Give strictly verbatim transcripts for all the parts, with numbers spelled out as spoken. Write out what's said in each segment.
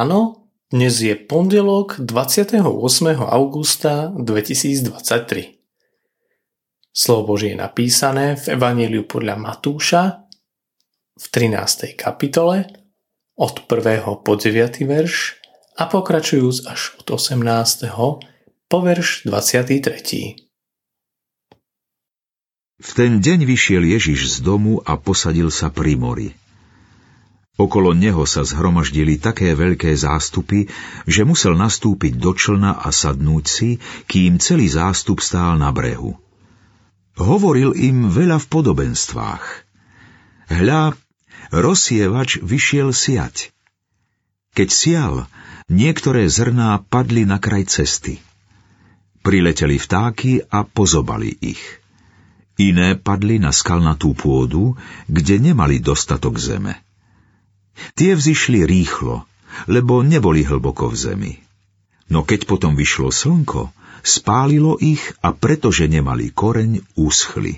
ráno, dnes je pondelok dvadsiateho ôsmeho augusta dvetisícdvadsaťtri. Slovo Božie je napísané v Evanjeliu podľa Matúša v trinástej kapitole od prvého po deviaty verš a pokračujúc až od osemnásteho po verš dvadsiaty tretí. V ten deň vyšiel Ježiš z domu a posadil sa pri mori. Okolo neho sa zhromaždili také veľké zástupy, že musel nastúpiť do člna a sadnúť si, kým celý zástup stál na brehu. Hovoril im veľa v podobenstvách. Hľa, rozsievač vyšiel siať. Keď sial, niektoré zrná padli na kraj cesty. Prileteli vtáky a pozobali ich. Iné padli na skalnatú pôdu, kde nemali dostatok zeme. Tie vzišli rýchlo, lebo neboli hlboko v zemi. No keď potom vyšlo slnko, spálilo ich a pretože nemali koreň, uschli.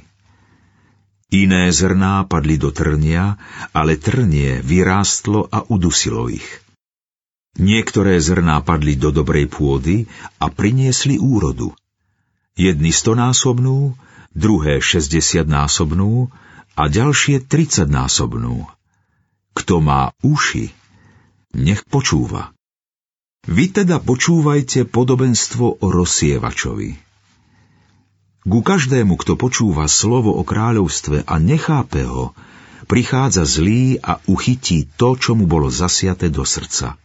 Iné zrná padli do trnia, ale trnie vyrástlo a udusilo ich. Niektoré zrná padli do dobrej pôdy a priniesli úrodu. Jedni stonásobnú, druhé šesťdesiatnásobnú a ďalšie tridsaťnásobnú. Kto má uši, nech počúva. Vy teda počúvajte podobenstvo o rozsievačovi. Ku každému, kto počúva slovo o kráľovstve a nechápe ho, prichádza zlý a uchytí to, čo mu bolo zasiate do srdca.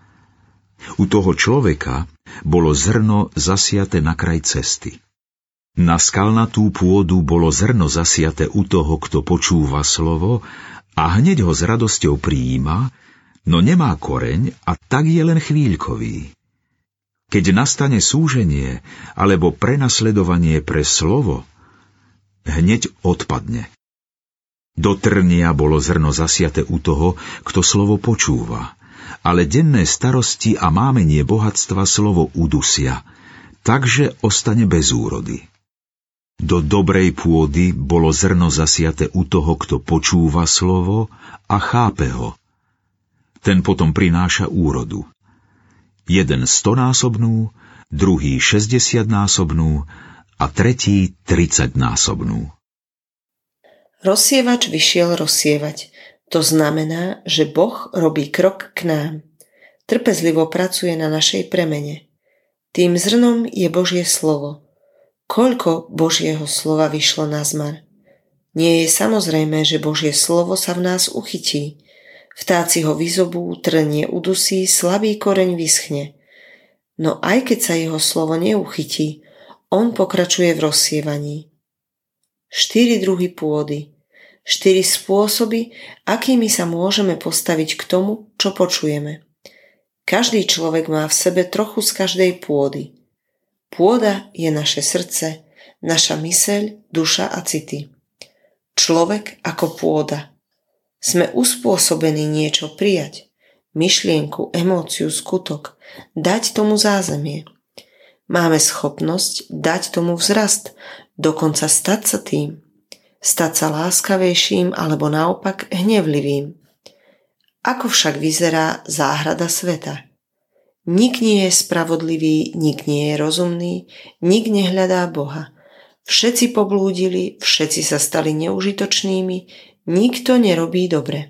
U toho človeka bolo zrno zasiate na kraj cesty. Na skalnatú pôdu bolo zrno zasiate u toho, kto počúva slovo a hneď ho s radosťou prijíma, no nemá koreň a tak je len chvíľkový. Keď nastane súženie alebo prenasledovanie pre slovo, hneď odpadne. Do trnia bolo zrno zasiate u toho, kto slovo počúva, ale denné starosti a mámenie bohatstva slovo udusia, takže ostane bez úrody. Do dobrej pôdy bolo zrno zasiate u toho, kto počúva slovo a chápe ho. Ten potom prináša úrodu. Jeden stonásobnú, druhý šesťdesiatnásobnú a tretí tridsaťnásobnú. Rozsievač vyšiel rozsievať. To znamená, že Boh robí krok k nám. Trpezlivo pracuje na našej premene. Tým zrnom je Božie slovo. Koľko Božieho slova vyšlo na zmar. Nie je samozrejmé, že Božie slovo sa v nás uchytí. Vtáci ho vyzobú, trnie udusí, slabý koreň vyschne. No aj keď sa jeho slovo neuchytí, on pokračuje v rozsievaní. Štyri druhy pôdy. Štyri spôsoby, akými sa môžeme postaviť k tomu, čo počujeme. Každý človek má v sebe trochu z každej pôdy. Pôda je naše srdce, naša myseľ, duša a city. Človek ako pôda. Sme uspôsobení niečo prijať, myšlienku, emóciu, skutok, dať tomu zázemie. Máme schopnosť dať tomu vzrast, dokonca stať sa tým. Stať sa láskavejším alebo naopak hnevlivým. Ako však vyzerá záhrada sveta? Nik nie je spravodlivý, nik nie je rozumný, nik nehľadá Boha. Všetci poblúdili, všetci sa stali neužitočnými, nikto nerobí dobre.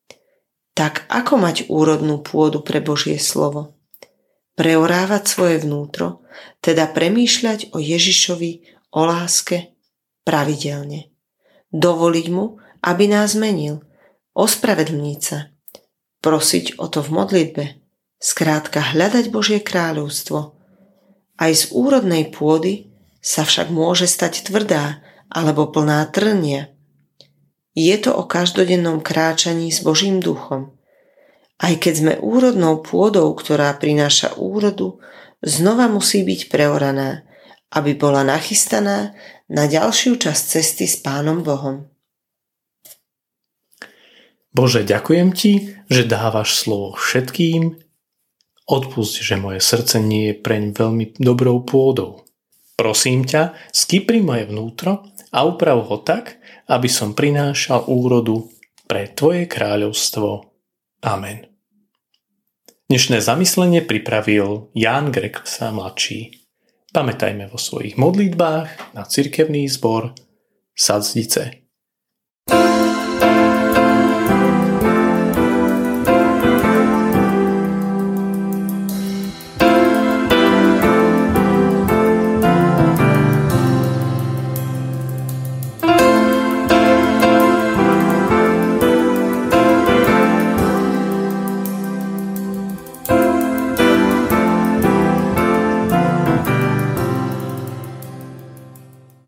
Tak ako mať úrodnú pôdu pre Božie slovo? Preorávať svoje vnútro, teda premýšľať o Ježišovi, o láske, pravidelne. Dovoliť mu, aby nás menil, ospravedlniť sa, prosiť o to v modlitbe, skrátka hľadať Božie kráľovstvo. Aj z úrodnej pôdy sa však môže stať tvrdá alebo plná trnia. Je to o každodennom kráčaní s Božím duchom. Aj keď sme úrodnou pôdou, ktorá prináša úrodu, znova musí byť preoraná, aby bola nachystaná na ďalšiu časť cesty s Pánom Bohom. Bože, ďakujem Ti, že dávaš slovo všetkým. Odpusť, že moje srdce nie je preň veľmi dobrou pôdou. Prosím ťa, skypri moje vnútro a uprav ho tak, aby som prinášal úrodu pre Tvoje kráľovstvo. Amen. Dnešné zamyslenie pripravil Ján Greksa mladší. Pamätajme vo svojich modlitbách na cirkevný zbor Sadzdice.